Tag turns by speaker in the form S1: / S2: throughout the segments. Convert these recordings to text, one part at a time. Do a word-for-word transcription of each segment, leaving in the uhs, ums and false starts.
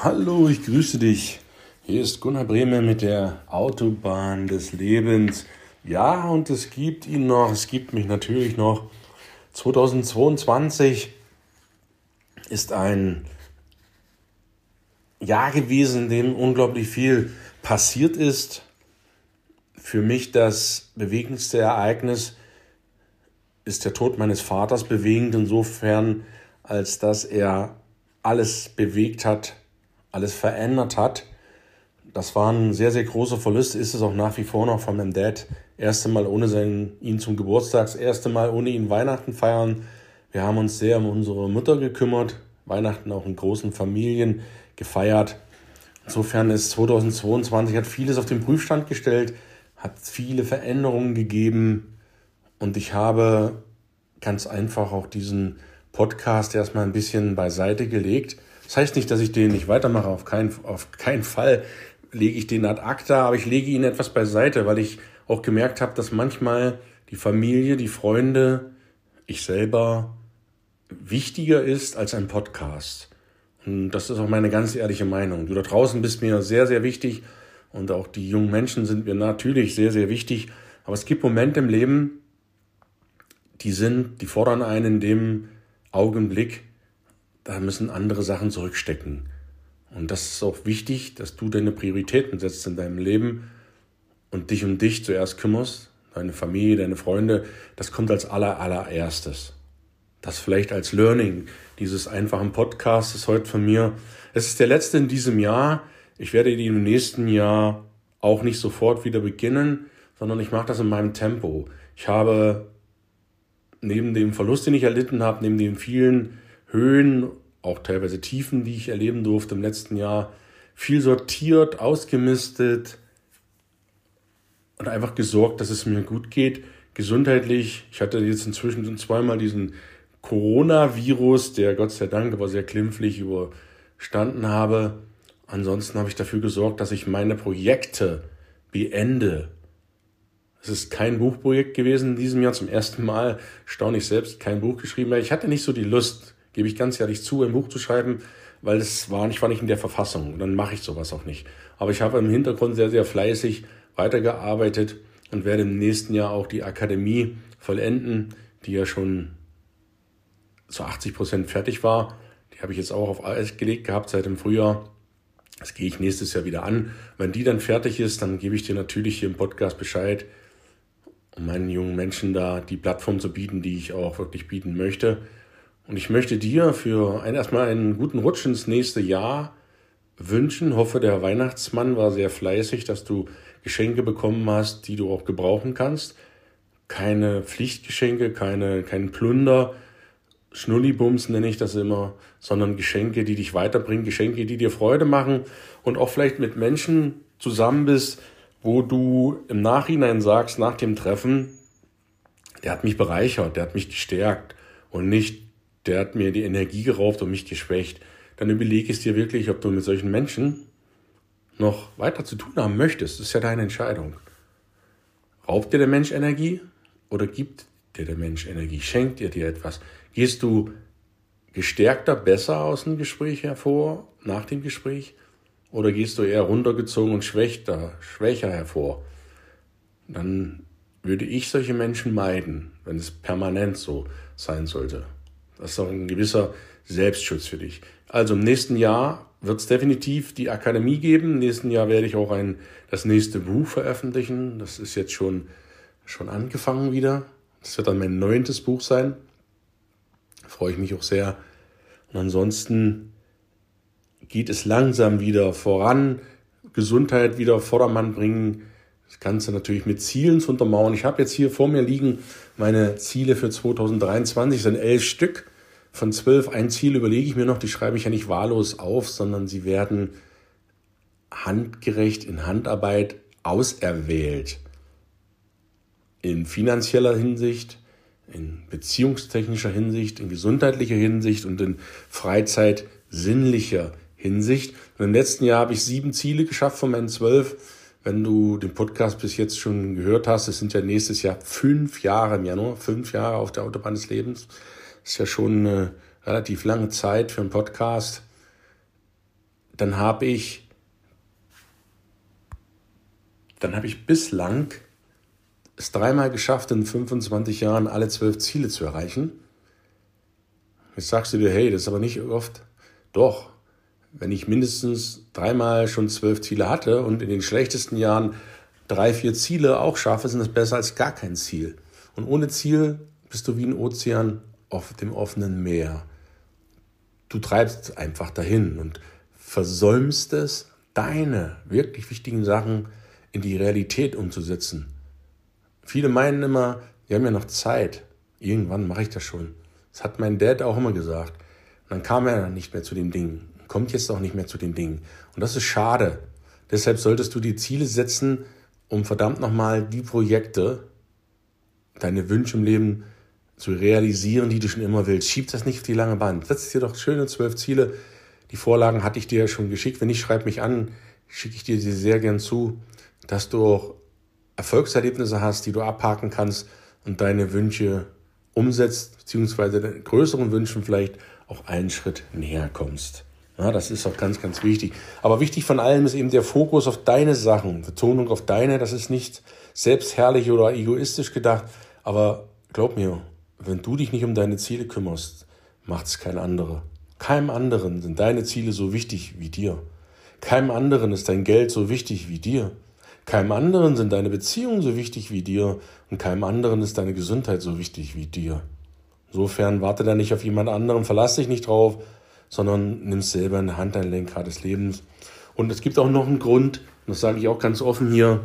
S1: Hallo, ich grüße dich. Hier ist Gunnar Brehme mit der Autobahn des Lebens. Ja, und es gibt ihn noch, es gibt mich natürlich noch. zweitausendzweiundzwanzig ist ein Jahr gewesen, in dem unglaublich viel passiert ist. Für mich das bewegendste Ereignis ist der Tod meines Vaters bewegend insofern, als dass er alles bewegt hat, alles verändert hat. Das war ein sehr, sehr großer Verlust, ist es auch nach wie vor noch von meinem Dad. Erste Mal ohne seinen, ihn zum Geburtstag, das erste Mal ohne ihn Weihnachten feiern. Wir haben uns sehr um unsere Mutter gekümmert, Weihnachten auch in großen Familien gefeiert. Insofern ist zweitausendzweiundzwanzig, hat vieles auf den Prüfstand gestellt, hat viele Veränderungen gegeben und ich habe ganz einfach auch diesen Podcast erstmal ein bisschen beiseite gelegt. Das heißt nicht, dass ich den nicht weitermache, auf keinen, auf keinen Fall lege ich den ad acta, aber ich lege ihn etwas beiseite, weil ich auch gemerkt habe, dass manchmal die Familie, die Freunde, ich selber wichtiger ist als ein Podcast. Und das ist auch meine ganz ehrliche Meinung. Du da draußen bist mir sehr, sehr wichtig und auch die jungen Menschen sind mir natürlich sehr, sehr wichtig. Aber es gibt Momente im Leben, die sind, die fordern einen in dem Augenblick, da müssen andere Sachen zurückstecken. Und das ist auch wichtig, dass du deine Prioritäten setzt in deinem Leben und dich um dich zuerst kümmerst, deine Familie, deine Freunde. Das kommt als aller, allererstes. Das vielleicht als Learning dieses einfachen Podcasts ist heute von mir. Es ist der letzte in diesem Jahr. Ich werde ihn im nächsten Jahr auch nicht sofort wieder beginnen, sondern ich mache das in meinem Tempo. Ich habe neben dem Verlust, den ich erlitten habe, neben den vielen Höhen, auch teilweise Tiefen, die ich erleben durfte im letzten Jahr, viel sortiert, ausgemistet und einfach gesorgt, dass es mir gut geht, gesundheitlich. Ich hatte jetzt inzwischen zweimal diesen Coronavirus, der Gott sei Dank aber sehr glimpflich überstanden habe. Ansonsten habe ich dafür gesorgt, dass ich meine Projekte beende. Es ist kein Buchprojekt gewesen in diesem Jahr. Zum ersten Mal staune ich selbst, kein Buch geschrieben, weil ich hatte nicht so die Lust, gebe ich ganz ehrlich zu, ein Buch zu schreiben, weil es war, ich war nicht in der Verfassung und dann mache ich sowas auch nicht. Aber ich habe im Hintergrund sehr, sehr fleißig weitergearbeitet und werde im nächsten Jahr auch die Akademie vollenden, die ja schon zu achtzig Prozent fertig war. Die habe ich jetzt auch auf Eis gelegt gehabt seit dem Frühjahr. Das gehe ich nächstes Jahr wieder an. Wenn die dann fertig ist, dann gebe ich dir natürlich hier im Podcast Bescheid, um meinen jungen Menschen da die Plattform zu bieten, die ich auch wirklich bieten möchte. Und ich möchte dir für ein, erstmal einen guten Rutsch ins nächste Jahr wünschen. Hoffe, der Weihnachtsmann war sehr fleißig, dass du Geschenke bekommen hast, die du auch gebrauchen kannst. Keine Pflichtgeschenke, keine, kein Plunder, Schnullibums nenne ich das immer, sondern Geschenke, die dich weiterbringen, Geschenke, die dir Freude machen und auch vielleicht mit Menschen zusammen bist, wo du im Nachhinein sagst, nach dem Treffen, der hat mich bereichert, der hat mich gestärkt und nicht, der hat mir die Energie geraubt und mich geschwächt. Dann überlege es dir wirklich, ob du mit solchen Menschen noch weiter zu tun haben möchtest. Das ist ja deine Entscheidung. Raubt dir der Mensch Energie oder gibt dir der Mensch Energie? Schenkt dir dir etwas? Gehst du gestärkter, besser aus dem Gespräch hervor, nach dem Gespräch? Oder gehst du eher runtergezogen und schwächter, schwächer hervor? Dann würde ich solche Menschen meiden, wenn es permanent so sein sollte. Das ist auch ein gewisser Selbstschutz für dich. Also im nächsten Jahr wird es definitiv die Akademie geben. Im nächsten Jahr werde ich auch ein, das nächste Buch veröffentlichen. Das ist jetzt schon, schon angefangen wieder. Das wird dann mein neuntes Buch sein. Da freue ich mich auch sehr. Und ansonsten geht es langsam wieder voran, Gesundheit wieder auf Vordermann bringen, das Ganze natürlich mit Zielen zu untermauern. Ich habe jetzt hier vor mir liegen meine Ziele für zweitausenddreiundzwanzig, das sind elf Stück. Von zwölf, ein Ziel überlege ich mir noch, die schreibe ich ja nicht wahllos auf, sondern sie werden handgerecht in Handarbeit auserwählt. In finanzieller Hinsicht, in beziehungstechnischer Hinsicht, in gesundheitlicher Hinsicht und in freizeitsinnlicher Hinsicht. Und im letzten Jahr habe ich sieben Ziele geschafft von meinen zwölf. Wenn du den Podcast bis jetzt schon gehört hast, es sind ja nächstes Jahr fünf Jahre im Januar, fünf Jahre auf der Autobahn des Lebens. Das ist ja schon eine relativ lange Zeit für einen Podcast. dann habe ich, dann habe ich bislang es dreimal geschafft, in fünfundzwanzig Jahren alle zwölf Ziele zu erreichen. Jetzt sagst du dir, hey, das ist aber nicht oft. Doch, wenn ich mindestens dreimal schon zwölf Ziele hatte und in den schlechtesten Jahren drei, vier Ziele auch schaffe, sind das besser als gar kein Ziel. Und ohne Ziel bist du wie ein Ozean auf dem offenen Meer. Du treibst einfach dahin und versäumst es, deine wirklich wichtigen Sachen in die Realität umzusetzen. Viele meinen immer, wir haben ja noch Zeit. Irgendwann mache ich das schon. Das hat mein Dad auch immer gesagt. Und dann kam er nicht mehr zu den Dingen. Kommt jetzt auch nicht mehr zu den Dingen. Und das ist schade. Deshalb solltest du dir Ziele setzen, um verdammt nochmal die Projekte, deine Wünsche im Leben zu realisieren, die du schon immer willst. Schieb das nicht auf die lange Bahn. Setz dir doch schöne zwölf Ziele. Die Vorlagen hatte ich dir ja schon geschickt. Wenn nicht, schreib mich an. Schicke ich dir sie sehr gern zu, dass du auch Erfolgserlebnisse hast, die du abhaken kannst und deine Wünsche umsetzt, beziehungsweise deinen größeren Wünschen vielleicht auch einen Schritt näher kommst. Ja, das ist auch ganz, ganz wichtig. Aber wichtig von allem ist eben der Fokus auf deine Sachen, Betonung auf deine. Das ist nicht selbstherrlich oder egoistisch gedacht, aber glaub mir, wenn du dich nicht um deine Ziele kümmerst, macht es kein anderer. Keinem anderen sind deine Ziele so wichtig wie dir. Keinem anderen ist dein Geld so wichtig wie dir. Keinem anderen sind deine Beziehungen so wichtig wie dir und keinem anderen ist deine Gesundheit so wichtig wie dir. Insofern warte da nicht auf jemand anderen, verlass dich nicht drauf, sondern nimm selber in die Hand dein Lenkrad des Lebens. Und es gibt auch noch einen Grund, und das sage ich auch ganz offen hier,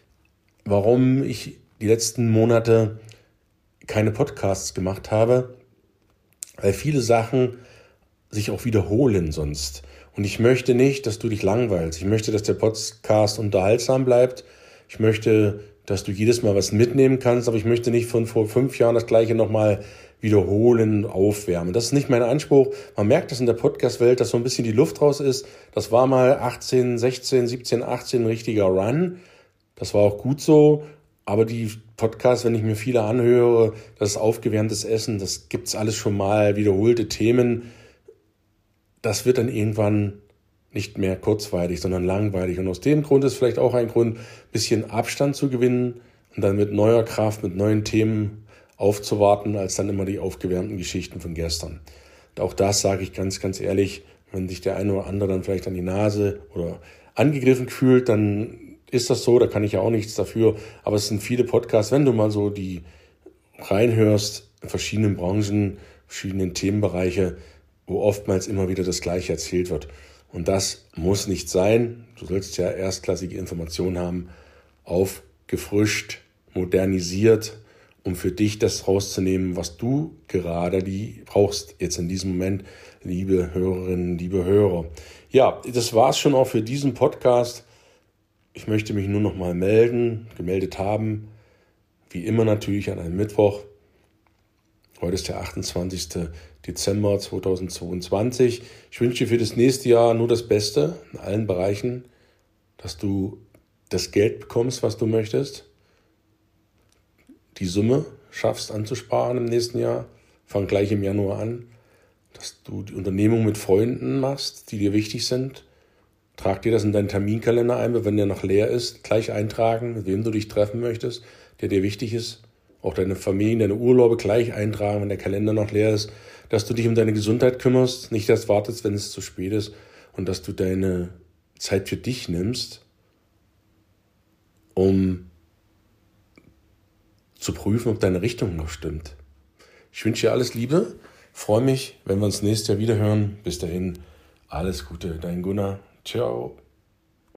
S1: warum ich die letzten Monate keine Podcasts gemacht habe, weil viele Sachen sich auch wiederholen sonst. Und ich möchte nicht, dass du dich langweilst. Ich möchte, dass der Podcast unterhaltsam bleibt. Ich möchte, dass du jedes Mal was mitnehmen kannst, aber ich möchte nicht von vor fünf Jahren das Gleiche nochmal wiederholen, aufwärmen. Das ist nicht mein Anspruch. Man merkt das in der Podcast-Welt, dass so ein bisschen die Luft raus ist. Das war mal achtzehn, sechzehn, siebzehn, achtzehn ein richtiger Run. Das war auch gut so. Aber die Podcasts, wenn ich mir viele anhöre, das ist aufgewärmtes Essen, das gibt's alles schon mal, wiederholte Themen. Das wird dann irgendwann nicht mehr kurzweilig, sondern langweilig. Und aus dem Grund ist vielleicht auch ein Grund, ein bisschen Abstand zu gewinnen und dann mit neuer Kraft, mit neuen Themen aufzuwarten, als dann immer die aufgewärmten Geschichten von gestern. Und auch das sage ich ganz, ganz ehrlich, wenn sich der eine oder andere dann vielleicht an die Nase oder angegriffen fühlt, dann ist das so, da kann ich ja auch nichts dafür. Aber es sind viele Podcasts, wenn du mal so die reinhörst, in verschiedenen Branchen, verschiedenen Themenbereiche, wo oftmals immer wieder das Gleiche erzählt wird. Und das muss nicht sein. Du sollst ja erstklassige Informationen haben, aufgefrischt, modernisiert, um für dich das rauszunehmen, was du gerade die brauchst, jetzt in diesem Moment, liebe Hörerinnen, liebe Hörer. Ja, das war's schon auch für diesen Podcast. Ich möchte mich nur noch mal melden, gemeldet haben, wie immer natürlich an einem Mittwoch. Heute ist der achtundzwanzigster Dezember zweitausendzweiundzwanzig. Ich wünsche dir für das nächste Jahr nur das Beste in allen Bereichen, dass du das Geld bekommst, was du möchtest, die Summe schaffst anzusparen im nächsten Jahr. Fang gleich im Januar an, dass du die Unternehmung mit Freunden machst, die dir wichtig sind. Trag dir das in deinen Terminkalender ein, wenn der noch leer ist, gleich eintragen, mit wem du dich treffen möchtest, der dir wichtig ist. Auch deine Familie, deine Urlaube gleich eintragen, wenn der Kalender noch leer ist, dass du dich um deine Gesundheit kümmerst, nicht erst wartest, wenn es zu spät ist und dass du deine Zeit für dich nimmst, um zu prüfen, ob deine Richtung noch stimmt. Ich wünsche dir alles Liebe, freue mich, wenn wir uns nächstes Jahr wieder hören. Bis dahin, alles Gute, dein Gunnar. Ciao.